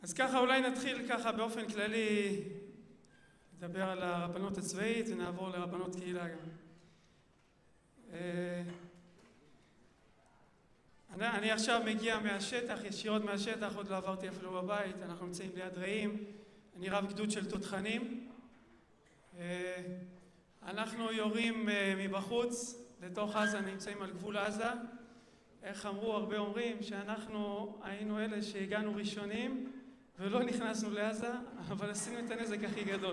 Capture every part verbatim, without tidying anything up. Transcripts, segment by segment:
אז ככה אולי נתחיל ככה באופן כללי לדבר על הרבנות הצבאית ונעבור לרבנות קהילה גם. אני, אני עכשיו מגיע מהשטח, ישירות מהשטח, עוד לא עברתי אפילו בבית, אנחנו נמצאים ליד רעים, אני רב גדוד של תותחנים. אנחנו יורים מבחוץ לתוך עזה, נמצאים על גבול עזה. איך אמרו, הרבה אומרים שאנחנו היינו אלה שהגענו ראשונים ולא נכנסנו לעזה, אבל עשינו את הנזק הכי גדול.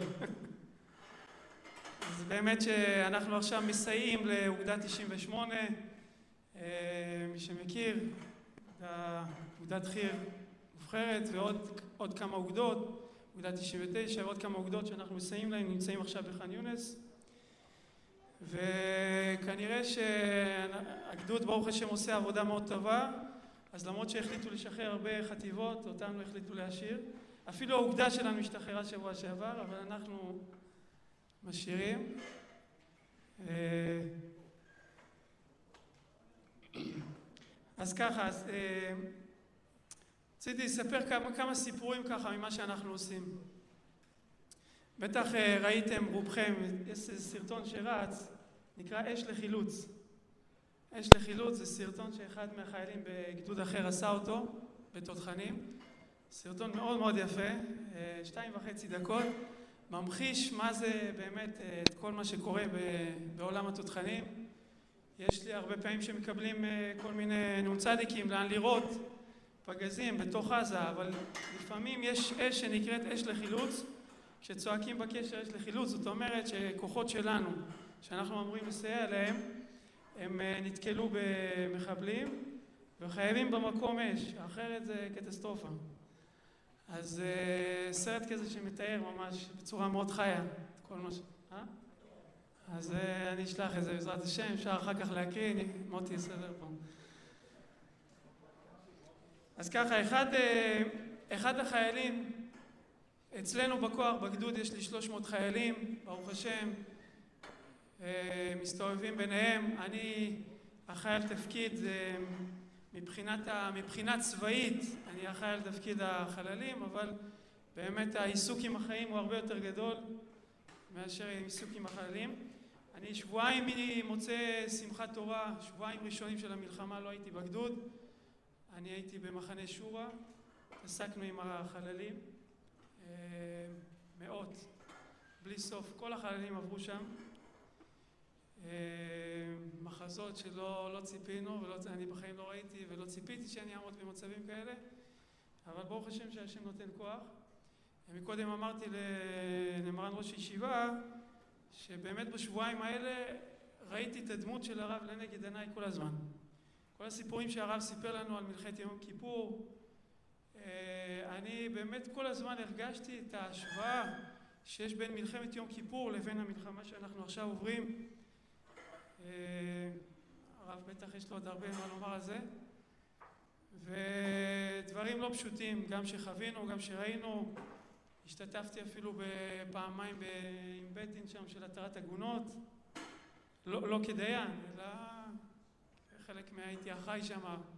אז באמת שאנחנו עכשיו מסייעים לאוגדה תשעים ושמונה, מי שמכיר, אוגדת חי"ר מובחרת ועוד עוד כמה אוגדות, אוגדה תשעים ותשע ועוד כמה אוגדות שאנחנו מסייעים להם, נמצאים עכשיו בח'אן יונס. וכנראה שהגדוד ברוך השם עושה עבודה מאוד טובה, אז למרות שהחליטו לשחרר הרבה חטיבות, אותנו החליטו להשאיר. אפילו האוגדה שלנו השתחררה שבוע שעבר, אבל אנחנו משאירים. אז ככה, אז רציתי לספר כמה, כמה סיפורים ככה ממה שאנחנו עושים. בטח ראיתם רובכם, יש סרטון שרץ, נקרא אש לחילוץ. אש לחילוץ זה סרטון שאחד מהחיילים בגדוד אחר עשה אותו, בתותחנים. סרטון מאוד מאוד יפה, שתיים וחצי דקות, ממחיש מה זה באמת את כל מה שקורה בעולם התותחנים. יש לי הרבה פעמים שמקבלים כל מיני נ"צדיקים לאן לראות, פגזים בתוך עזה, אבל לפעמים יש אש שנקראת אש לחילוץ, כשצועקים בקשר אש לחילוץ, זאת אומרת שכוחות שלנו, שאנחנו אמורים לסייע להם, הם נתקלו במחבלים וחייבים במקום אש, אחרת זה קטסטרופה. אז סרט כזה שמתאר ממש בצורה מאוד חיה את כל מה ש... אה? אז אני אשלח את זה בעזרת השם, אפשר אחר כך להקריא, מוטי יסדר פה. אז ככה, אחד, אחד החיילים, אצלנו בכוח, בגדוד יש לי שלוש מאות חיילים, ברוך השם, מסתובבים ביניהם. אני אחראי על תפקיד, מבחינת, מבחינת צבאית, אני אחראי על תפקיד החללים, אבל באמת העיסוק עם החיים הוא הרבה יותר גדול מאשר עיסוק עם החללים. אני שבועיים ממוצא שמחת תורה, שבועיים ראשונים של המלחמה לא הייתי בגדוד, אני הייתי במחנה שורה, עסקנו עם החללים, מאות, בלי סוף, כל החללים עברו שם, מחזות שלא לא ציפינו, ולא, אני בחיים לא ראיתי ולא ציפיתי שאני אעמוד במצבים כאלה, אבל ברוך השם שהשם נותן כוח. מקודם אמרתי למרן ראש ישיבה, שבאמת בשבועיים האלה ראיתי את הדמות של הרב לנגד עיניי כל הזמן. כל הסיפורים שהרב סיפר לנו על מלחמת יום כיפור, אני באמת כל הזמן הרגשתי את ההשוואה שיש בין מלחמת יום כיפור לבין המלחמה שאנחנו עכשיו עוברים. הרב בטח יש לו עוד הרבה מה לומר על זה. ודברים לא פשוטים, גם שחווינו, גם שראינו. השתתפתי אפילו בפעמיים עם בית דין שם של התרת עגונות, לא, לא כדיין, אלא חלק מהייתי אחראי שם.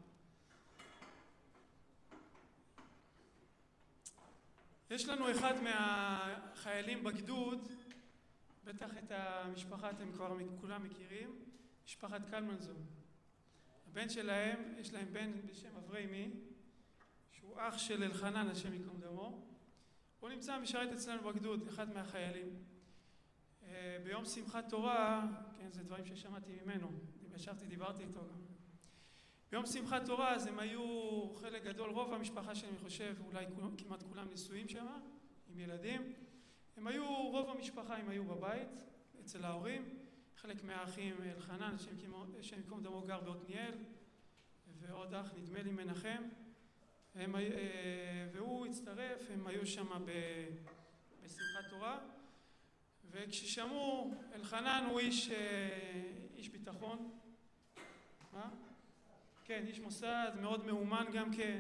יש לנו אחד מהחיילים בגדוד, בטח את המשפחה אתם כבר כולם מכירים, משפחת קלמנזון. הבן שלהם, יש להם בן בשם אברהימי, שהוא אח של אלחנן, השם ייקום דמו. הוא נמצא משרת אצלנו בגדוד, אחד מהחיילים. ביום שמחת תורה, כן, זה דברים ששמעתי ממנו, ישבתי, דיברתי איתו גם. ביום שמחת תורה, אז הם היו חלק גדול, רוב המשפחה שלהם, אני חושב, אולי כמעט כולם נשואים שם, עם ילדים. הם היו, רוב המשפחה הם היו בבית, אצל ההורים. חלק מהאחים, אלחנן, השם ייקום דמו, גר בעתניאל, ועוד אח, נדמה לי מנחם. הם, והוא הצטרף, הם היו שם בשמחת תורה, וכששמעו, אלחנן הוא איש, איש ביטחון, מה? כן, איש מוסד, מאוד מאומן גם כן,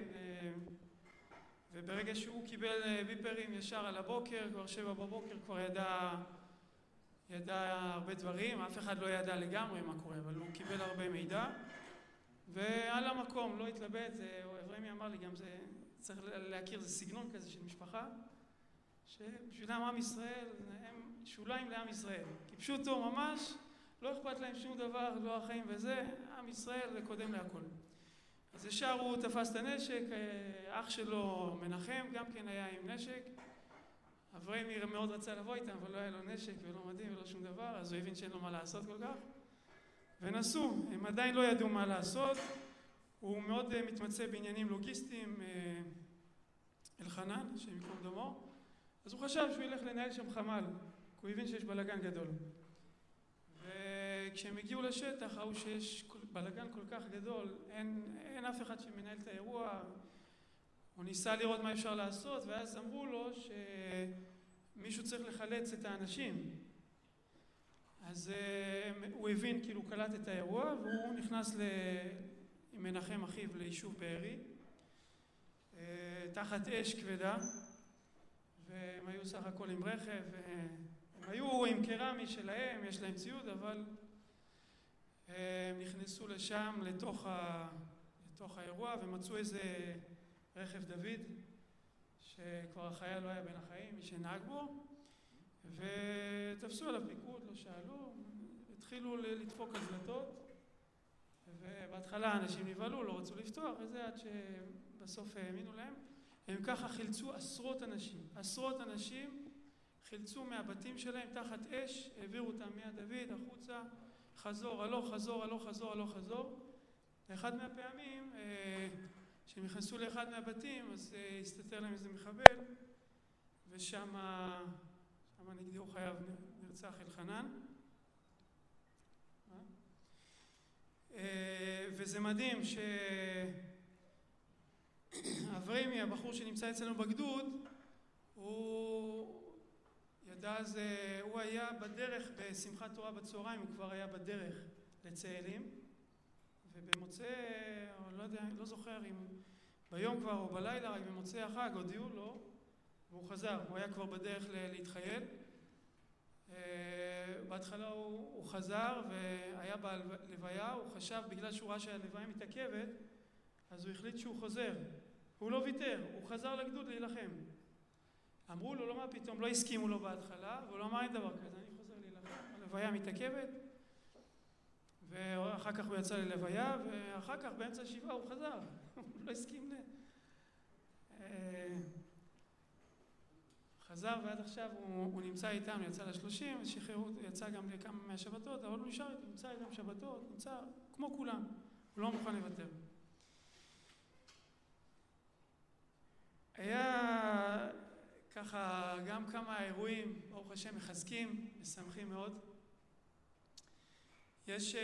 וברגע שהוא קיבל ביפרים ישר על הבוקר, כבר שבע בבוקר כבר ידע, ידע הרבה דברים, אף אחד לא ידע לגמרי מה קורה, אבל הוא קיבל הרבה מידע, ועל המקום, לא התלבט, אברהימי אמר לי גם זה, צריך להכיר, זה סגנון כזה של משפחה, שבשבילם עם ישראל, הם שוליים לעם ישראל. כי פשוטו ממש, לא אכפת להם שום דבר, לא החיים וזה, עם ישראל זה קודם להכל. אז ישר הוא תפס את הנשק, אח שלו מנחם גם כן היה עם נשק. אברהם מאוד רצה לבוא איתם, אבל לא היה לו נשק ולא מדים ולא שום דבר, אז הוא הבין שאין לו מה לעשות כל כך. ונסו, הם עדיין לא ידעו מה לעשות. הוא מאוד מתמצא בעניינים לוגיסטיים, אלחנן, שמקום דומו. אז הוא חשב שהוא ילך לנהל שם חמ"ל, כי הוא הבין שיש בלגן גדול. וכשהם הגיעו לשטח, ראו שיש בלגן כל כך גדול, אין, אין אף אחד שמנהל את האירוע. הוא ניסה לראות מה אפשר לעשות, ואז אמרו לו שמישהו צריך לחלץ את האנשים. אז הוא הבין, כאילו הוא קלט את האירוע, והוא נכנס עם מנחם אחיו ליישוב בארי, תחת אש כבדה, והם היו סך הכל עם רכב, הם היו עם קרמי שלהם, יש להם ציוד, אבל הם נכנסו לשם לתוך, ה... לתוך האירוע ומצאו איזה רכב דוד, שכבר החייל לא היה בין החיים, מי שנהג בו, ותפסו עליו פיקוד, לא שאלו, התחילו לדפוק על דלתות, ובהתחלה אנשים נבהלו, לא רצו לפתוח, וזה עד שבסוף האמינו להם. הם ככה חילצו עשרות אנשים, עשרות אנשים חילצו מהבתים שלהם תחת אש, העבירו אותם מיד דוד החוצה, חזור, הלוך, חזור, הלוך, חזור, הלוך, חזור. אחד מהפעמים, כשהם נכנסו לאחד מהבתים, אז הסתתר להם איזה מחבל, ושם שם נגדעו חייו, נרצח אלחנן. וזה מדהים שאברמי, הבחור שנמצא אצלנו בגדוד, הוא ידע זה, הוא היה בדרך בשמחת תורה בצהריים, הוא כבר היה בדרך לצאלים, ובמוצא, או לא יודע, לא זוכר אם ביום כבר או בלילה, רק במוצא החג הודיעו לו, והוא חזר, הוא היה כבר בדרך להתחייל. בהתחלה הוא, הוא חזר והיה בלוויה, הוא חשב בגלל שהוא ראה שהלוויה מתעכבת, אז הוא החליט שהוא חוזר. הוא לא ויתר, הוא חזר לגדוד להילחם. אמרו לו, לא מה פתאום, לא הסכימו לו בהתחלה, והוא לא אמר אין דבר כזה, אני חוזר להילחם. הלוויה מתעכבת, ואחר כך הוא יצא ללוויה, ואחר כך באמצע השבעה הוא חזר. הוא לא הסכים ל... חזר ועד עכשיו הוא, הוא נמצא איתם, יצא לשלושים, שחררו, יצא גם לכמה מהשבתות, אבל הוא נשאר, נמצא איתם שבתות, נמצא כמו כולם, הוא לא מוכן לוותר. היה ככה גם כמה אירועים, ברוך השם, מחזקים, משמחים מאוד. יש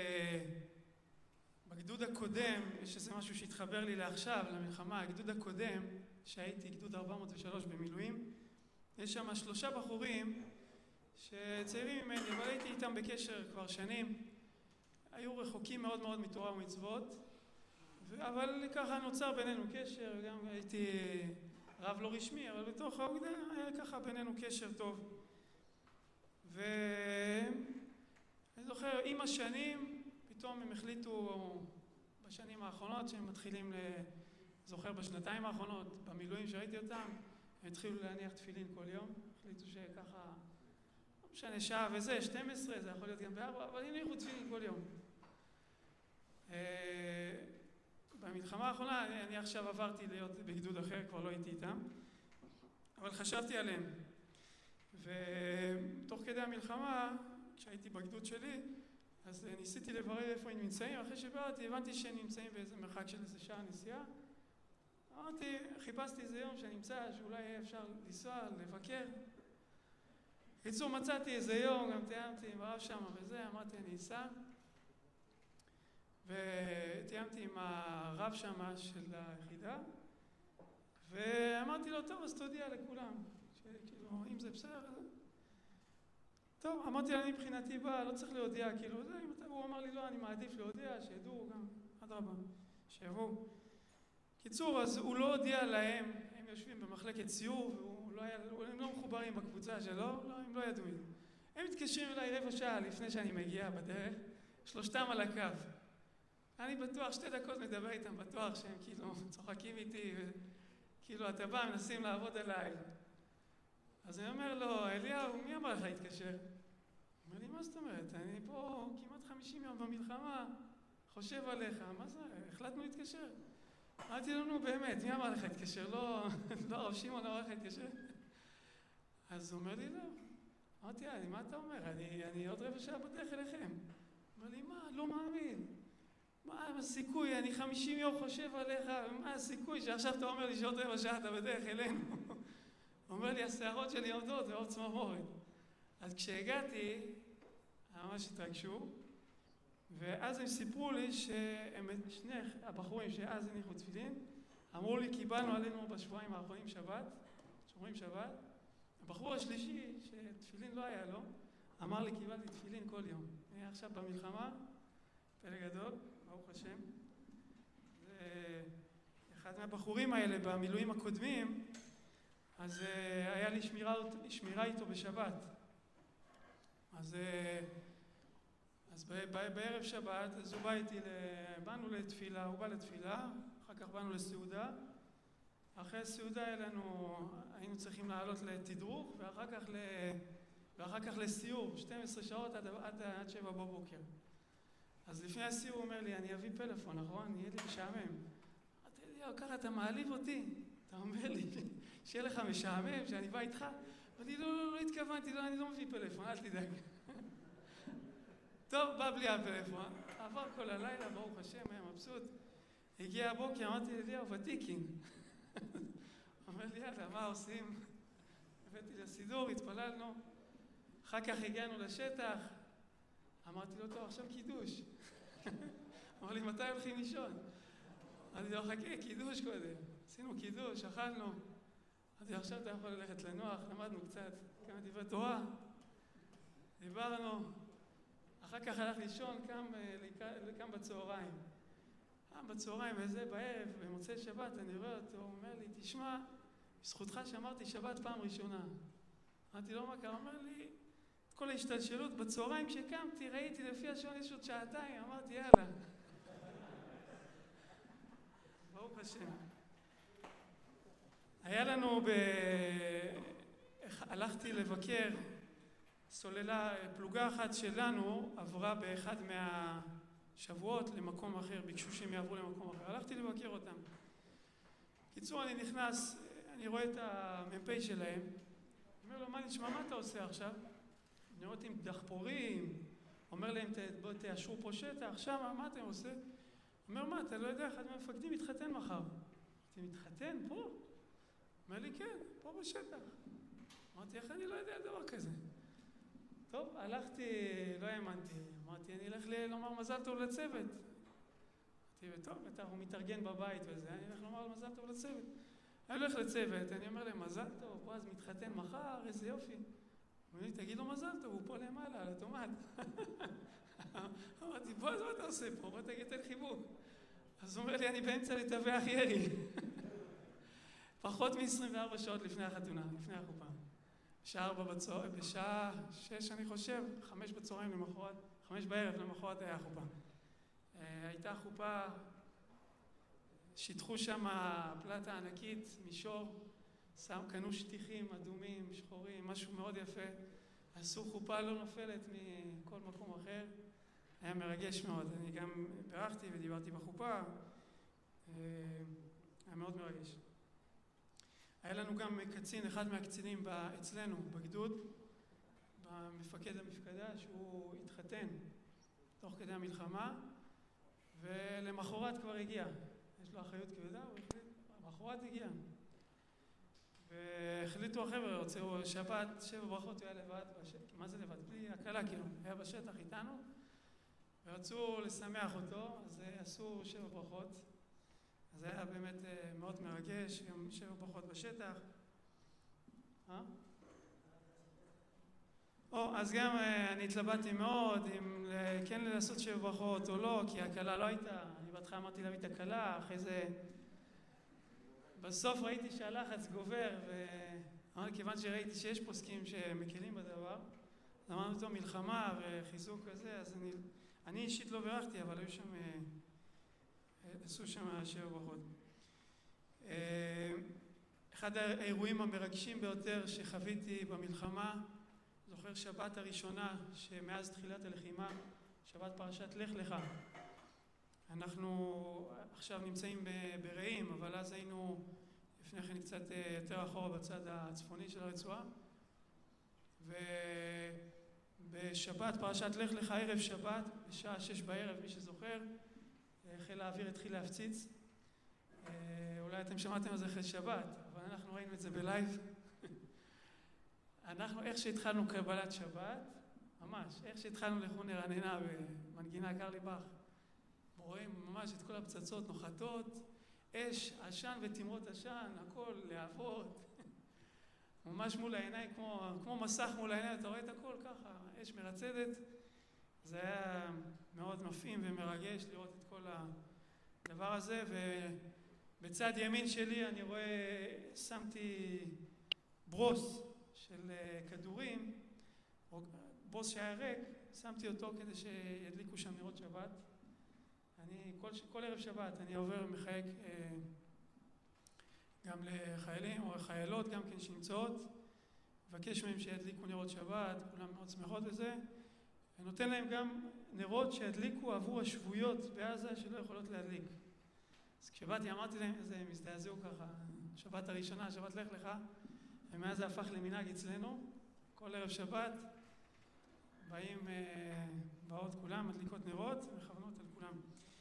בגדוד הקודם, יש איזה משהו שהתחבר לי לעכשיו, למלחמה, הגדוד הקודם, שהייתי גדוד ארבע מאות ושלוש במילואים, יש שם שלושה בחורים שצעירים ממני, אבל הייתי איתם בקשר כבר שנים, היו רחוקים מאוד מאוד מתורה ומצוות, אבל ככה נוצר בינינו קשר, גם הייתי רב לא רשמי, אבל בתוך האוגדה היה ככה בינינו קשר טוב. ואני זוכר, עם השנים, פתאום הם החליטו בשנים האחרונות שהם מתחילים, זוכר בשנתיים האחרונות, במילואים שראיתי אותם, הם התחילו להניח תפילין כל יום, החליטו שככה, לא משנה שעה וזה, שתים עשרה, זה יכול להיות גם בארבע, אבל הניחו תפילין כל יום. במלחמה האחרונה, אני, אני עכשיו עברתי להיות בגדוד אחר, כבר לא הייתי איתם, אבל חשבתי עליהם. ותוך כדי המלחמה, כשהייתי בגדוד שלי, אז ניסיתי לברר איפה הם נמצאים, אחרי שבאתי, הבנתי שהם נמצאים באיזה מרחק של איזה שעה נסיעה. אמרתי, חיפשתי איזה יום שנמצא, שאולי יהיה אפשר לנסוע, לבקר. קיצור, מצאתי איזה יום, גם תיאמתי עם הרב שם וזה, אמרתי, אני אסע. ותיאמתי עם הרב שם של היחידה, ואמרתי לו, טוב, אז תודיע לכולם, שכאילו, אם זה בסדר, טוב, אמרתי לו, אני מבחינתי בא, לא צריך להודיע, כאילו, זה, הוא אמר לי, לא, אני מעדיף להודיע, שידעו גם, עד רבה, שיבואו. קיצור, אז הוא לא הודיע להם, הם יושבים במחלקת סיור, והוא לא היה, הם לא מחוברים בקבוצה שלו, לא, הם לא ידעו. הם מתקשרים אליי רבע שעה לפני שאני מגיע בדרך, שלושתם על הקו. אני בטוח, שתי דקות מדבר איתם, בטוח שהם כאילו צוחקים איתי, כאילו, אתה בא, מנסים לעבוד עליי. אז אני אומר לו, אליהו, מי אמר לך להתקשר? הוא אומר לי, מה זאת אומרת? אני פה כמעט חמישים יום במלחמה, חושב עליך, מה זה? החלטנו להתקשר. אמרתי לו, נו, באמת, מי אמר לך להתקשר? לא, לא, הרב שמעון אמר לך להתקשר? אז הוא אומר לי, לא. אמרתי, אני, מה אתה אומר? אני, אני עוד רבע שעה בדרך אליכם. הוא אומר לי, מה? לא מאמין. מה הסיכוי? אני חמישים יום חושב עליך, מה הסיכוי שעכשיו אתה אומר לי שעוד רבע שעה אתה בדרך אלינו? הוא אומר לי, השערות שלי עומדות, זה עוד צמרמורת. אז כשהגעתי, ממש התרגשו, ואז הם סיפרו לי שהם, שני הבחורים שאז הניחו תפילין, אמרו לי, קיבלנו עלינו בשבועיים האחרונים שבת, שומרים שבת, הבחור השלישי, שתפילין לא היה לו, אמר לי, קיבלתי תפילין כל יום. היה עכשיו במלחמה, פלא גדול, ברוך השם. אחד מהבחורים האלה במילואים הקודמים, אז היה לי שמירה, שמירה איתו בשבת. אז, אז בערב שבת, אז הוא בא איתי, באנו לתפילה, הוא בא לתפילה, אחר כך באנו לסעודה. אחרי הסעודה אלינו, היינו צריכים לעלות לתדרוך, ואחר כך, ל, ואחר כך לסיור, שתים עשרה שעות עד, עד, עד שבע בבוקר. אז לפני הסיור הוא אומר לי, אני אביא פלאפון, נכון? נהיה לי משעמם. אמרתי לי, ככה אתה מעליב אותי. אתה אומר לי, שיהיה לך משעמם, שאני בא איתך. אמרתי, לא, לא, לא התכוונתי, לא, אני לא מביא פלאפון, אל תדאג. טוב, בא בלי הפלאפון, עבר כל הלילה, ברוך השם, היה מבסוט. הגיע הבוקר, אמרתי לי, אליהו, ותיקין. אומר לי, יאללה, מה עושים? הבאתי לסידור, התפללנו. אחר כך הגענו לשטח. אמרתי לו, טוב, עכשיו קידוש. אמר לי, מתי הולכים לישון? אמרתי לו, חכה, קידוש קודם. עשינו קידוש, אכלנו. אמרתי לו, עכשיו אתה יכול ללכת לנוח, למדנו קצת כמה דברי תורה. דיברנו. אחר כך הלך לישון, קם, קם בצהריים. קם בצהריים וזה בערב, במוצאי שבת, אני רואה אותו, הוא אומר לי, תשמע, בזכותך שאמרתי שבת פעם ראשונה. אמרתי לו, מה קרה? הוא אומר לי, כל ההשתלשלות, בצהריים כשקמתי, ראיתי לפי השעון יש עוד שעתיים, אמרתי, יאללה. ברוך השם. היה לנו, ב... הלכתי לבקר, סוללה, פלוגה אחת שלנו עברה באחד מהשבועות למקום אחר, ביקשו שהם יעברו למקום אחר. הלכתי לבקר אותם. קיצור, אני נכנס, אני רואה את המ"פ שלהם, אומר לו, מה נשמע, מה אתה עושה עכשיו? אני רואה אותם דחפורים, אומר להם, בואו תאשרו פה שטח, שם, מה אתם עושה? אומר, מה, אתה לא יודע, אחד מהמפקדים מתחתן מחר. אתה מתחתן פה? אומר לי, כן, פה בשטח. אמרתי, איך אני לא יודע דבר כזה? טוב, הלכתי, לא האמנתי, אמרתי, אני אלך לומר מזל טוב לצוות. אמרתי, טוב, בטח הוא מתארגן בבית וזה, אני אלך לומר מזל טוב לצוות. אני הולך לצוות, אני אומר להם, מזל טוב, פה אז מתחתן מחר, איזה יופי. אמרתי, תגיד לו מזל טוב, הוא פה למעלה, על אוטומט. אמרתי, בוא, אז מה אתה עושה פה? בוא תגיד, תן חיבוק. אז הוא אומר לי, אני באמצע לטווח ירי. פחות מ-עשרים וארבע שעות לפני החתונה, לפני החופה. בשעה ארבע בצהריים, בשעה שש אני חושב, חמש בצהריים למחרת, חמש בערב למחרת היה החופה. הייתה חופה, שיטחו שם פלטה ענקית, מישור, שם, קנו שטיחים אדומים, שחורים, משהו מאוד יפה. עשו חופה לא נופלת מכל מקום אחר. היה מרגש מאוד. אני גם בירכתי ודיברתי בחופה. היה מאוד מרגש. היה לנו גם קצין, אחד מהקצינים אצלנו, בגדוד, במפקד המפקדה, שהוא התחתן תוך כדי המלחמה, ולמחרת כבר הגיע. יש לו אחריות כבדה, הוא החליט, למחרת הגיע. והחליטו החבר'ה, הוציאו שבת, שבע ברכות, הוא היה לבד, מה זה לבד? בלי הקלה כאילו, היה בשטח איתנו, ורצו לשמח אותו, אז עשו שבע ברכות. אז זה היה באמת מאוד מרגש, גם שבע ברכות בשטח. אה? או, אז גם אני התלבטתי מאוד אם כן לעשות שבע ברכות או לא, כי הקלה לא הייתה. אני בהתחלה אמרתי להביא את הקלה, אחרי זה... בסוף ראיתי שהלחץ גובר, ואמרתי, כיוון שראיתי שיש פוסקים שמקלים בדבר, אז אמרנו אותו מלחמה וחיזוק כזה, אז אני, אני אישית לא בירכתי, אבל היו שם, עשו שם שבע ברכות. אחד האירועים המרגשים ביותר שחוויתי במלחמה, זוכר שבת הראשונה שמאז תחילת הלחימה, שבת פרשת לך לך. אנחנו עכשיו נמצאים ברעים, אבל אז היינו לפני כן קצת יותר אחורה בצד הצפוני של הרצועה. ובשבת פרשת לך לך, ערב שבת, בשעה שש בערב, מי שזוכר, חיל האוויר התחיל להפציץ. אולי אתם שמעתם על זה אחרי שבת, אבל אנחנו ראינו את זה בלייב. אנחנו, איך שהתחלנו קבלת שבת, ממש, איך שהתחלנו לכון רננה במנגינה קרלי באך, רואים ממש את כל הפצצות נוחתות, אש, עשן ותמרות עשן, הכל להבות, ממש מול העיניים, כמו, כמו מסך מול העיניים, אתה רואה את הכל ככה, אש מרצדת. זה היה מאוד מפעים ומרגש לראות את כל הדבר הזה, ובצד ימין שלי אני רואה, שמתי ברוס של כדורים, ברוס שהיה ריק, שמתי אותו כדי שידליקו שם נרות שבת. אני, כל, כל ערב שבת אני עובר ומחייק אה, גם לחיילים או לחיילות גם כן שנמצאות, מבקש מהם שידליקו נרות שבת, כולם מאוד שמחות בזה, ונותן להם גם נרות שידליקו עבור השבויות בעזה שלא יכולות להדליק. אז כשבאתי אמרתי להם, איזה מזדעזעו ככה, שבת הראשונה, שבת לך לך, ומאז זה הפך למנהג אצלנו, כל ערב שבת באים, אה, באות כולם, מדליקות נרות ומכוונות על כולם.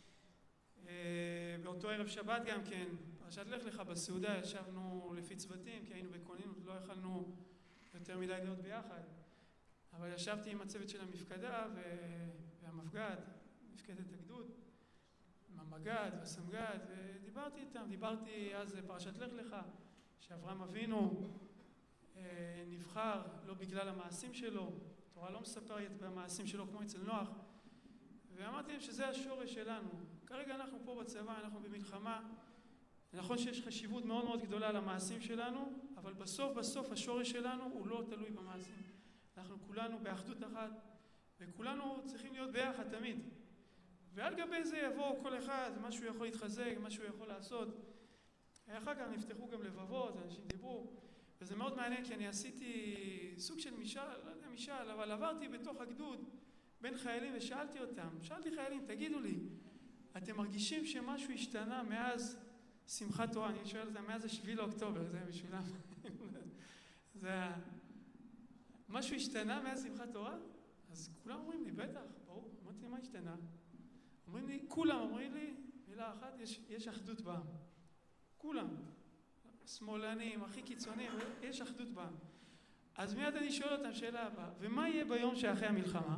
באותו ערב שבת גם כן, פרשת לך לך בסעודה, ישבנו לפי צוותים, כי היינו בקונינות, לא יכלנו יותר מדי להיות ביחד. אבל ישבתי עם הצוות של המפקדה והמפגד, מפקדת הגדוד, עם המגד והסמגד, ודיברתי איתם, דיברתי אז פרשת לך לך, שאברהם אבינו נבחר לא בגלל המעשים שלו, התורה לא מספרת במעשים שלו כמו אצל נוח, ואמרתי להם שזה השורש שלנו. כרגע אנחנו פה בצבא, אנחנו במלחמה. נכון שיש חשיבות מאוד מאוד גדולה למעשים שלנו, אבל בסוף בסוף השורש שלנו הוא לא תלוי במעשים. אנחנו כולנו באחדות אחת, וכולנו צריכים להיות ביחד תמיד. ועל גבי זה יבוא כל אחד, משהו יכול להתחזק, משהו יכול לעשות. אחר כך נפתחו גם לבבות, אנשים דיברו, וזה מאוד מעניין כי אני עשיתי סוג של משל, לא יודע משל, אבל עברתי בתוך הגדוד בין חיילים ושאלתי אותם, שאלתי חיילים, תגידו לי, אתם מרגישים שמשהו השתנה מאז שמחת תורה? אני שואל אותם, מאז השביעי לאוקטובר, זה בשבילם. זה משהו השתנה מאז שמחת תורה? אז כולם אומרים לי, בטח, ברור, אמרתי לי, מה השתנה? אומרים לי, כולם אומרים לי, מילה אחת, יש, יש אחדות בעם. כולם, שמאלנים, הכי קיצוניים, יש אחדות בעם. אז מיד אני שואל אותם שאלה הבאה, ומה יהיה ביום שאחרי המלחמה?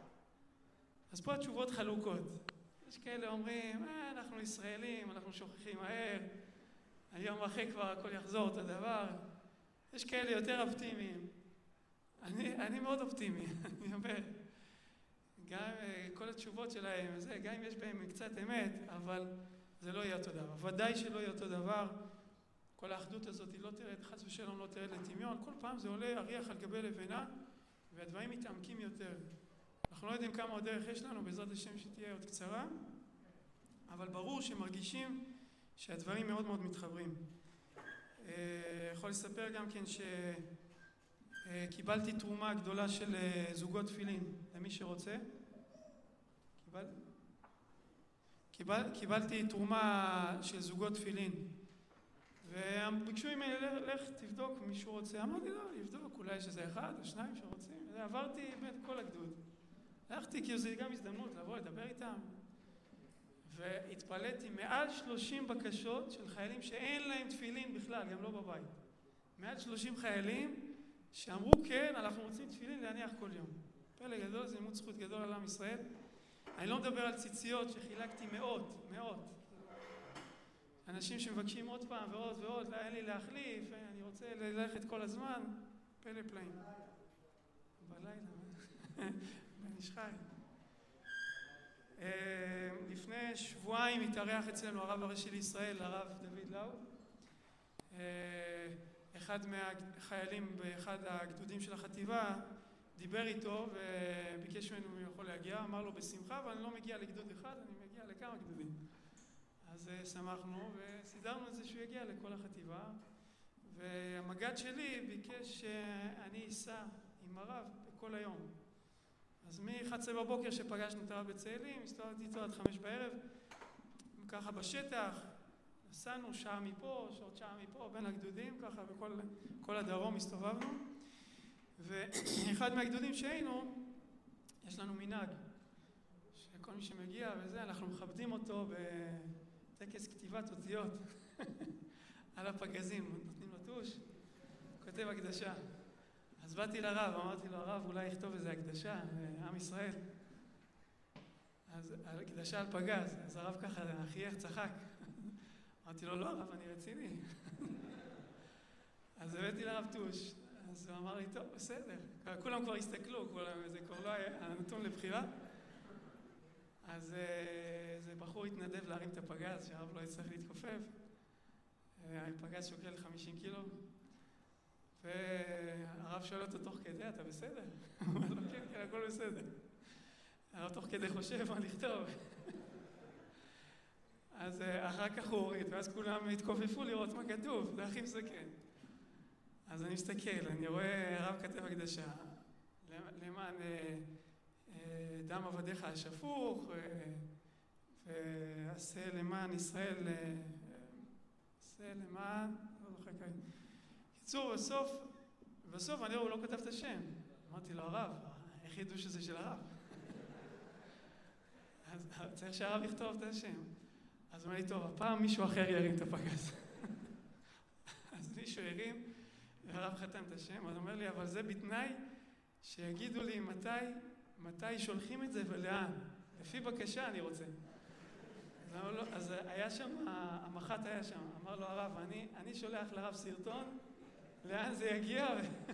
אז פה התשובות חלוקות. יש כאלה אומרים, אה, אנחנו ישראלים, אנחנו שוכחים מהר, היום אחרי כבר הכל יחזור אותו דבר. יש כאלה יותר אופטימיים. אני, אני מאוד אופטימי, אני אומר. גם כל התשובות שלהם, זה, גם אם יש בהם קצת אמת, אבל זה לא יהיה אותו דבר. ודאי שלא יהיה אותו דבר. כל האחדות הזאת היא לא תרד, חס ושלום לא תרד לטמיון. כל פעם זה עולה אריח על גבי לבנה, והדברים מתעמקים יותר. אנחנו לא יודעים כמה עוד דרך יש לנו, בעזרת השם שתהיה עוד קצרה, אבל ברור שמרגישים שהדברים מאוד מאוד מתחברים. יכול לספר גם כן שקיבלתי תרומה גדולה של זוגות תפילין, למי שרוצה. קיבל... קיבל... קיבלתי תרומה של זוגות תפילין, וביקשו ממני, לך תבדוק, מישהו רוצה. אמרתי, לא, לבדוק, אולי יש איזה אחד או שניים שרוצים. עברתי בין כל הגדוד. הלכתי, כי זו גם הזדמנות לבוא לדבר איתם. והתפלאתי מעל שלושים בקשות של חיילים שאין להם תפילין בכלל, גם לא בבית. מעל שלושים חיילים שאמרו, כן, אנחנו רוצים תפילין להניח כל יום. פלא גדול, זה לימוד זכות גדול על עם ישראל. אני לא מדבר על ציציות שחילקתי מאות, מאות. אנשים שמבקשים עוד פעם ועוד ועוד, לא, אין לי להחליף, אני רוצה ללכת כל הזמן. פלא פלאים. בלילה. בנשחי. לפני שבועיים התארח אצלנו הרב הראשי לישראל, הרב דוד לאו. אחד מהחיילים באחד הגדודים של החטיבה דיבר איתו וביקש ממנו אם הוא יכול להגיע. אמר לו בשמחה, אבל אני לא מגיע לגדוד אחד, אני מגיע לכמה גדודים. אז שמחנו וסידרנו את זה שהוא יגיע לכל החטיבה. והמג"ד שלי ביקש שאני אסע עם הרב בכל היום. אז מ-אחת עשרה בבוקר שפגשנו את הרב בצאלים, הסתובבתי איתו עד חמש בערב, ככה בשטח, נסענו שעה מפה, שעוד שעה מפה, בין הגדודים, ככה בכל כל הדרום הסתובבנו. ואחד מהגדודים שהיינו, יש לנו מנהג, שכל מי שמגיע וזה, אנחנו מכבדים אותו בטקס כתיבת אותיות על הפגזים, נותנים לו טוש, כותב הקדשה. אז באתי לרב, אמרתי לו, הרב, אולי יכתוב איזה הקדשה לעם ישראל. אז הקדשה על פגז, אז הרב ככה חייך, צחק. אמרתי לו, לא, הרב, אני רציני. אז הבאתי לרב טוש, אז הוא אמר לי, טוב, בסדר. כולם כבר הסתכלו, זה כבר לא היה נתון לבחירה. אז איזה בחור התנדב להרים את הפגז, שהרב לא יצטרך להתכופף. הפגז שוקל חמישים קילו. והרב שואל אותו תוך כדי, אתה בסדר? הוא אומר לו, כן, כן, הכל בסדר. הרב תוך כדי חושב מה לכתוב. אז אחר כך הוא הוריד, ואז כולם התכופפו לראות מה כתוב, זה הכי מסכן. אז אני מסתכל, אני רואה הרב כתב הקדשה, למען דם עבדיך השפוך, ועשה למען ישראל, עשה למען, לא זוכר כאלה. קיצור, בסוף, בסוף אני רואה, הוא לא כתב את השם. אמרתי לו, הרב, איך ידעו שזה של הרב? אז צריך שהרב יכתוב את השם. אז הוא אומר לי, טוב, הפעם מישהו אחר ירים את הפגז. אז מישהו הרים, והרב חתם את השם, אז הוא אומר לי, אבל זה בתנאי שיגידו לי מתי, מתי שולחים את זה ולאן. לפי בקשה אני רוצה. אז, לו, אז היה שם, המח"ט היה שם, אמר לו הרב, אני, אני שולח לרב סרטון, לאן זה יגיע?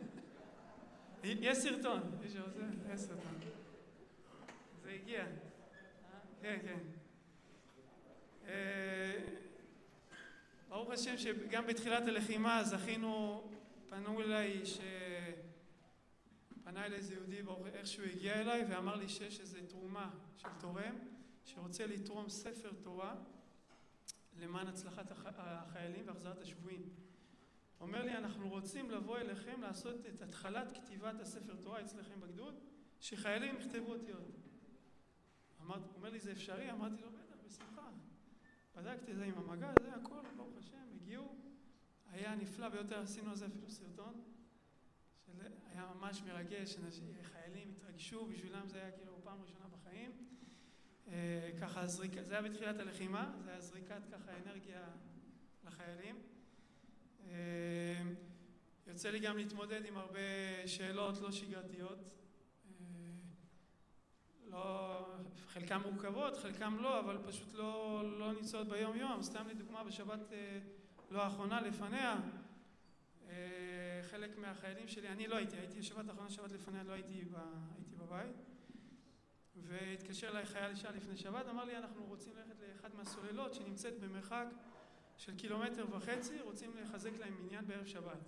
יש סרטון, מי שרוצה, יש סרטון. זה הגיע. כן, כן. ברוך השם שגם בתחילת הלחימה זכינו, פנו אליי, פנה אליי איזה יהודי, איך שהוא הגיע אליי ואמר לי שיש איזו תרומה של תורם שרוצה לתרום ספר תורה למען הצלחת החיילים והחזרת השבויים. הוא אומר לי, אנחנו רוצים לבוא אליכם לעשות את התחלת כתיבת הספר תורה אצלכם בגדוד, שחיילים יכתבו אותיות. הוא אומר לי, זה אפשרי? אמרתי לו, בטח, בשמחה. בדקתי את זה עם המגע, זה הכל, ברוך השם, הגיעו. היה נפלא ביותר, עשינו על זה אפילו סרטון, שהיה ממש מרגש, חיילים התרגשו, בשבילם זה היה כאילו פעם ראשונה בחיים. ככה, זריקה, זה היה בתחילת הלחימה, זה היה זריקת ככה אנרגיה לחיילים. יוצא לי גם להתמודד עם הרבה שאלות לא שגרתיות. לא, חלקם מורכבות, חלקם לא, אבל פשוט לא, לא נמצאות ביום יום. סתם לדוגמה, בשבת לא האחרונה לפניה, חלק מהחיילים שלי, אני לא הייתי, הייתי בשבת האחרונה, שבת לפניה לא הייתי, ב, הייתי בבית. והתקשר אליי חייל אישה לפני שבת, אמר לי, אנחנו רוצים ללכת לאחד מהסוללות שנמצאת במרחק של קילומטר וחצי, רוצים לחזק להם מניין בערב שבת.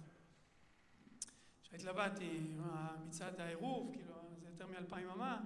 שהתלבטתי מצד העירוב, כאילו זה יותר מאלפיים אמה,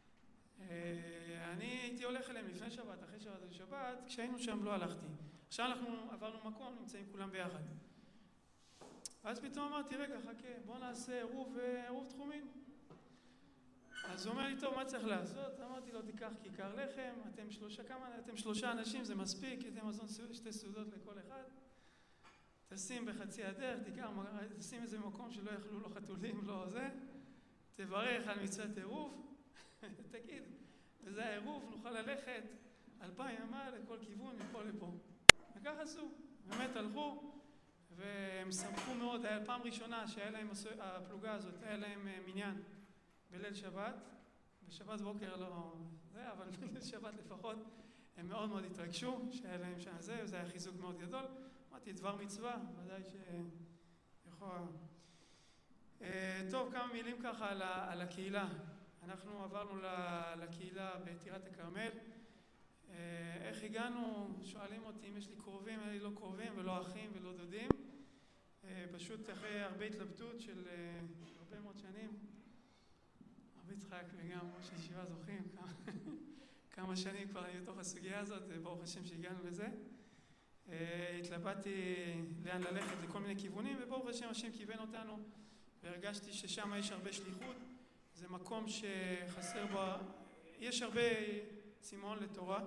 אני הייתי הולך אליהם לפני שבת, אחרי שבת לשבת, כשהיינו שם לא הלכתי. עכשיו אנחנו עברנו מקום, נמצאים כולם ביחד. אז פתאום אמרתי, רגע, חכה, בוא נעשה עירוב, עירוב תחומין. אז הוא אומר לי, טוב, מה צריך לעשות? אמרתי לו, תיקח כיכר לחם, אתם שלושה, כמה, אתם שלושה אנשים, זה מספיק, אתם מזון שתי סעודות לכל אחד. תשים בחצי הדרך, תיקח, תשים איזה מקום שלא יכלו, לא חתולים, לא זה. תברך על מצוות עירוב. תגיד, וזה העירוב, נוכל ללכת אלפיים אמה לכל כיוון, מפה לפה. וכך עשו, באמת הלכו, והם שמחו מאוד, היה פעם ראשונה שהיה להם, הפלוגה הזאת, היה להם מניין בליל שבת, בשבת בוקר לא זה, אבל בליל שבת לפחות, הם מאוד מאוד התרגשו, שהיה להם שם זה, וזה היה חיזוק מאוד גדול. אמרתי, דבר מצווה, ודאי שיכול... טוב, כמה מילים ככה על, על הקהילה. אנחנו עברנו לקהילה בטירת הכרמל. איך הגענו? שואלים אותי אם יש לי קרובים, אין לי לא קרובים ולא אחים ולא דודים. פשוט אחרי הרבה התלבטות של הרבה מאוד שנים, הרבה יצחק וגם ראש הישיבה זוכים, כמה, כמה שנים כבר אני בתוך הסוגיה הזאת, ברוך השם שהגענו לזה. התלבטתי לאן ללכת לכל מיני כיוונים, וברוך השם השם כיוון אותנו, והרגשתי ששם יש הרבה שליחות. זה מקום שחסר בו, יש הרבה צימאון לתורה,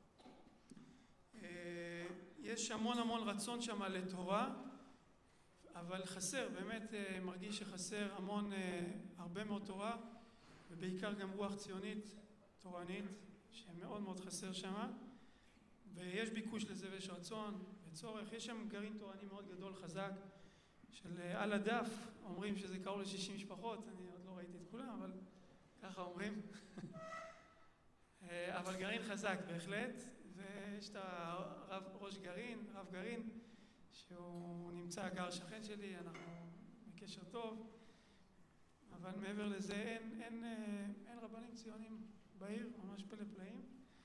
יש המון המון רצון שם לתורה, אבל חסר, באמת מרגיש שחסר המון, הרבה מאוד תורה, ובעיקר גם רוח ציונית, תורנית, שמאוד מאוד חסר שם, ויש ביקוש לזה ויש רצון וצורך. יש שם גרעין תורני מאוד גדול, חזק, של על הדף, אומרים שזה קרוב ל-שישים משפחות, אני עוד לא ראיתי את כולם, אבל ככה אומרים. אבל גרעין חזק בהחלט, ויש את הרב ראש גרעין, רב גרעין, שהוא נמצא גר שכן שלי, אנחנו בקשר טוב, אבל מעבר לזה אין, אין, אין רבנים ציונים בעיר, ממש פלא פלאים,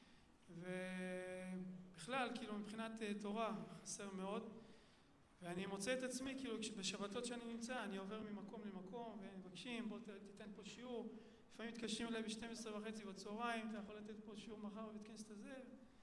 ובכלל, כאילו מבחינת תורה חסר מאוד, ואני מוצא את עצמי, כאילו בשבתות שאני נמצא, אני עובר ממקום למקום, ומבקשים, בוא תיתן פה שיעור, לפעמים מתקשרים אליי ב-שתים עשרה וחצי בצהריים, אתה יכול לתת פה שיעור מחר בבית כנסת הזה,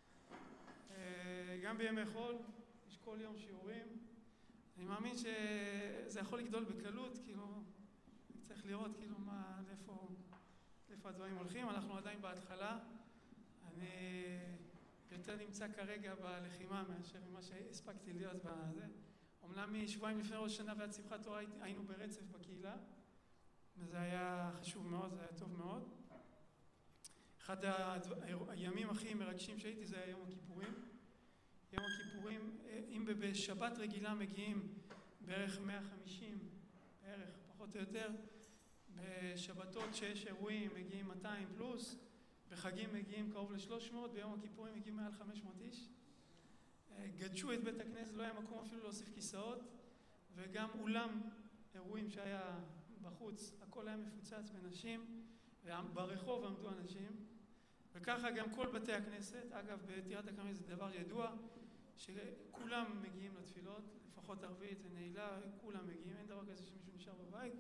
גם בימי חול, יש כל יום שיעורים. אני מאמין שזה יכול לגדול בקלות, כאילו, צריך לראות כאילו מה, לאיפה, לאיפה הדברים הולכים. אנחנו עדיין בהתחלה, אני יותר נמצא כרגע בלחימה מאשר ממה שהספקתי להיות בזה. אומנם משבועיים לפני ראש שנה ועד שמחת תורה היינו ברצף בקהילה, וזה היה חשוב מאוד, זה היה טוב מאוד. אחד הימים הכי מרגשים שהייתי זה היה יום הכיפורים. יום הכיפורים, אם בשבת רגילה מגיעים בערך מאה וחמישים, בערך, פחות או יותר, בשבתות שיש אירועים מגיעים מאתיים פלוס, בחגים מגיעים קרוב ל-שלוש מאות, ביום הכיפורים מגיעים מעל חמש מאות איש. גדשו את בית הכנסת, לא היה מקום אפילו להוסיף כיסאות, וגם אולם אירועים שהיה בחוץ, הכל היה מפוצץ בנשים, וברחוב עמדו אנשים, וככה גם כל בתי הכנסת. אגב, בטירת הכרמל זה דבר ידוע, שכולם מגיעים לתפילות, לפחות ערבית ונעילה, כולם מגיעים, אין דבר כזה שמישהו נשאר בבית.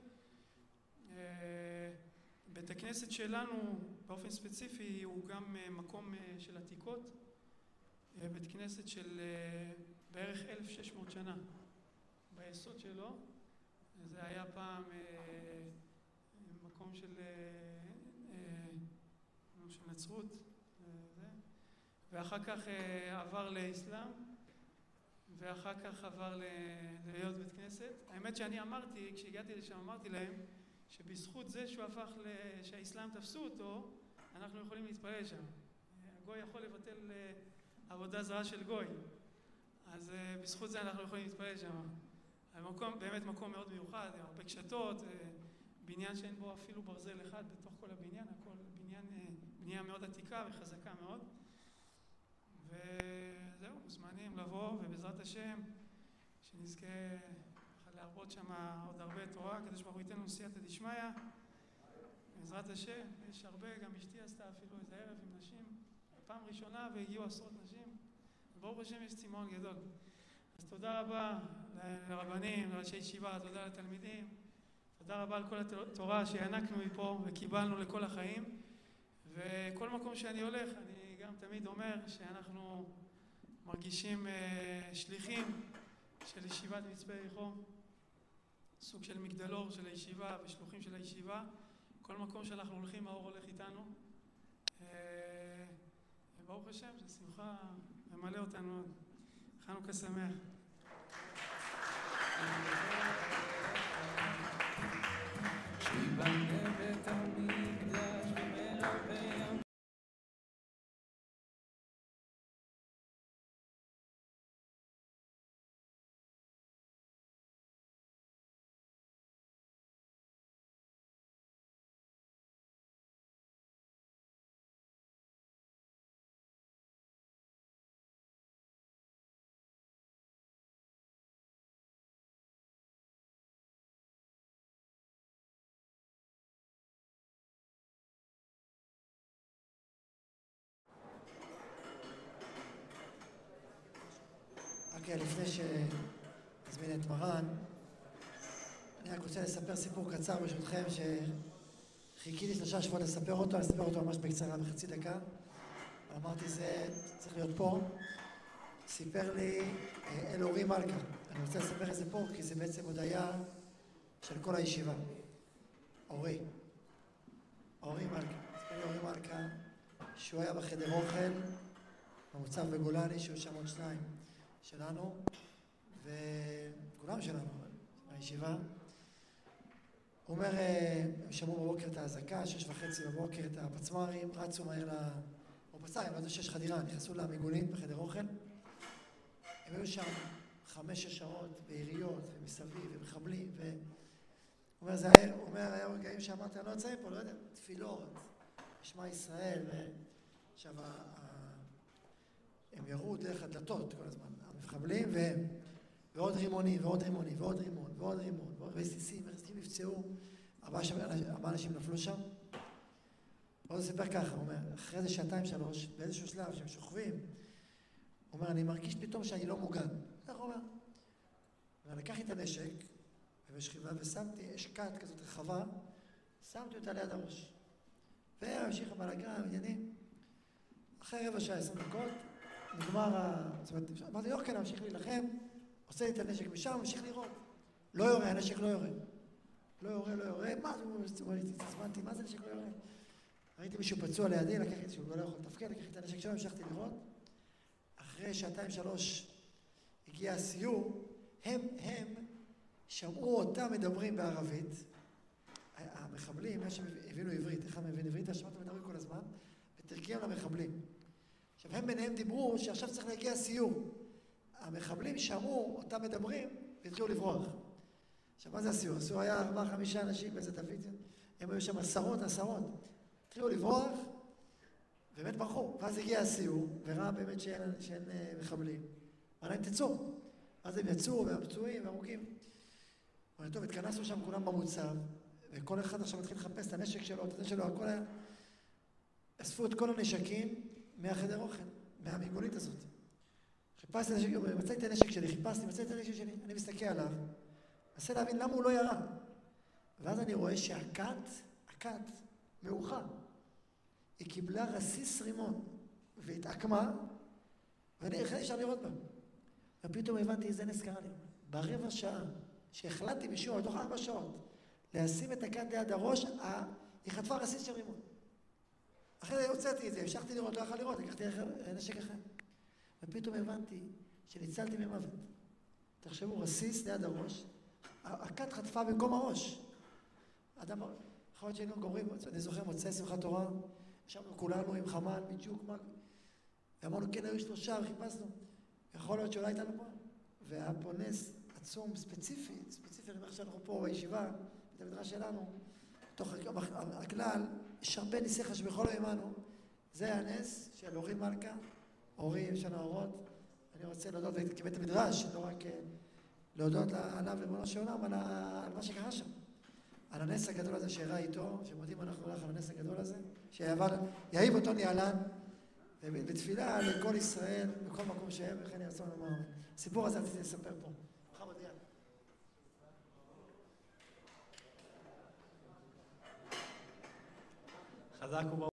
בית הכנסת שלנו באופן ספציפי הוא גם מקום של עתיקות, בית כנסת של בערך אלף ושש מאות שנה ביסוד שלו. זה היה פעם מקום של, של נצרות, ואחר כך עבר לאסלאם, ואחר כך עבר להיות בית כנסת. האמת שאני אמרתי, כשהגעתי לשם אמרתי להם שבזכות זה שהוא הפך, שהאסלאם תפסו אותו, אנחנו יכולים להתפלל שם. הגוי יכול לבטל עבודה זרה של גוי, אז בזכות זה אנחנו יכולים להתפלל שם. המקום, באמת מקום מאוד מיוחד, הרבה קשתות, בניין שאין בו אפילו ברזל אחד בתוך כל הבניין, הכל בניין, בנייה מאוד עתיקה וחזקה מאוד. וזהו, מוזמנים לבוא, ובעזרת השם שנזכה להרבות שם עוד הרבה תורה, כדי שברוך הוא ייתן לנו סייעתא דשמיא. בעזרת השם, יש הרבה, גם אשתי עשתה אפילו איזה ערב עם נשים, פעם ראשונה, והגיעו עשרות נשים, וברוך השם יש צימאון גדול. אז תודה רבה לרבנים, לראשי ישיבה, תודה לתלמידים, תודה רבה על כל התורה שהענקנו מפה וקיבלנו לכל החיים. וכל מקום שאני הולך, אני גם תמיד אומר שאנחנו מרגישים שליחים של ישיבת מצפה יריחו, סוג של מגדלור של הישיבה ושלוחים של הישיבה. כל מקום שאנחנו הולכים, האור הולך איתנו. וברוך השם, ששמחה ממלא אותנו. חנוכה שמח. שיבנה בית המקדש ומרפא לפני שנזמין את מרן, אני רק רוצה לספר סיפור קצר ברשותכם שחיכיתי שלושה שבועות לספר אותו. אני אספר אותו ממש בקצרה, בחצי דקה. אמרתי זה צריך להיות פה. סיפר לי אל אורי מלכה. אני רוצה לספר את זה פה, כי זה בעצם הודיה של כל הישיבה. אורי. אורי מלכה. סיפר לי אורי מלכה שהוא היה בחדר אוכל, במוצב בגולני, שהוא שם עוד שניים שלנו, וכולם שלנו, הישיבה. הוא אומר, הם שמעו בבוקר את ההזקה, שש וחצי בבוקר את הפצמ"רים, רצו מהר ל... או פצ"רים, לא יודע שיש חדירה, נכנסו למיגונית בחדר אוכל. הם היו שם חמש-שש שעות בעיריות ומסביב ומחבלים, ו... הוא אומר, זה היה, הוא אומר, היה רגעים שאמרת, אני לא יוצא פה, לא יודע, תפילות, שמע ישראל, ו... עכשיו, הם ירו דרך הדלתות כל הזמן, המחבלים, והם, ועוד רימונים, ועוד רימונים, ועוד רימון, ועוד רימון, ועוד רסיסים, רסיסים נפצעו, ארבעה אנשים נפלו שם. עוד סיפר ככה, הוא אומר, אחרי זה שעתיים שלוש, באיזשהו שלב שהם שוכבים, הוא אומר, אני מרגיש פתאום שאני לא מוגן. איך הוא אומר? ואני לקחתי את הנשק, ובשכיבה, ושמתי אש כת כזאת רחבה, שמתי אותה ליד הראש. והמשיך הבלגן, עניינים. אחרי רבע שעה, עשרים דקות, נגמר ה... זאת אומרת, אמרתי, יורקן, המשיך להילחם, עושה לי את הנשק משם, המשיך לראות. לא יורה, הנשק לא יורה. לא יורה, לא יורה, מה זה? הוא התעצבנתי, מה זה נשק לא יורה? ראיתי מישהו פצוע לידי, לקחתי שהוא לא יכול לתפקד, לקחתי את הנשק שלו, המשכתי לראות. אחרי שעתיים שלוש הגיע הסיור, הם, הם שמעו אותם מדברים בערבית. המחבלים, מה שהם הבינו עברית, איך הם הבינו עברית, שמעתם מדברים כל הזמן, ותרגיע למחבלים. עכשיו, הם ביניהם דיברו שעכשיו צריך להגיע סיור. המחבלים שמעו אותם מדברים והתחילו לברוח. עכשיו, מה זה הסיור? הסיור היה ארבעה, חמישה אנשים באיזה תווית, הם היו שם עשרות, עשרות. התחילו לברוח, באמת ברחו. ואז הגיע הסיור, וראה באמת שאין, שאין מחבלים. אמר להם, תצאו. אז הם יצאו, והפצועים, והרוגים. אמרו, טוב, התכנסנו שם כולם במוצב, וכל אחד עכשיו התחיל לחפש את הנשק שלו, את הנשק שלו, הכל היה... אספו את כל הנשקים מהחדר אוכל, מהמיגונית הזאת. חיפשתי את הנשק, מצאתי את הנשק שלי, חיפשתי, מצאתי את הנשק שלי, אני מסתכל עליו, מנסה להבין למה הוא לא ירה. ואז אני רואה שהכת, הכת, מאוחה. היא קיבלה רסיס רימון, והתעקמה, ואני החלטתי אפשר לראות בה. ופתאום הבנתי איזה נס קרה לי. ברבע שעה, שהחלטתי משום, בתוך ארבע שעות, לשים את הכת ליד הראש, היא חטפה רסיס של רימון. אחרי זה הוצאתי את זה, המשכתי לראות, לא יכול לראות, לקחתי נשק אחר. ופתאום הבנתי שניצלתי ממוות. תחשבו, רסיס ליד הראש, הכת חטפה במקום הראש. אדם, יכול להיות שהיינו גומרים, אני זוכר, מוצאי שמחת תורה, ישבנו כולנו עם חמ"ל, בדיוק, ואמרנו, כן, היו שלושה, וחיפשנו. יכול להיות שאולי הייתנו פה. והיה פה נס עצום, ספציפי, ספציפי, אני אומר שאנחנו פה בישיבה, בית המדרש שלנו, בתוך הכלל, יש הרבה ניסי חש בכל הימנו. זה הנס של אורי מלכה, אורי, יש לנו אורות. אני רוצה להודות כבית המדרש, לא רק להודות עליו לבונו של עולם, על מה שקרה שם. על הנס הגדול הזה שהראה איתו, שמודים אנחנו לך על הנס הגדול הזה, שיעיב אותו ניהלן, ובתפילה לכל ישראל, בכל מקום שהם, וכן יעשו לנו מה. הסיפור הזה רציתי לספר פה. חמוד יאללה. חזק וברוך.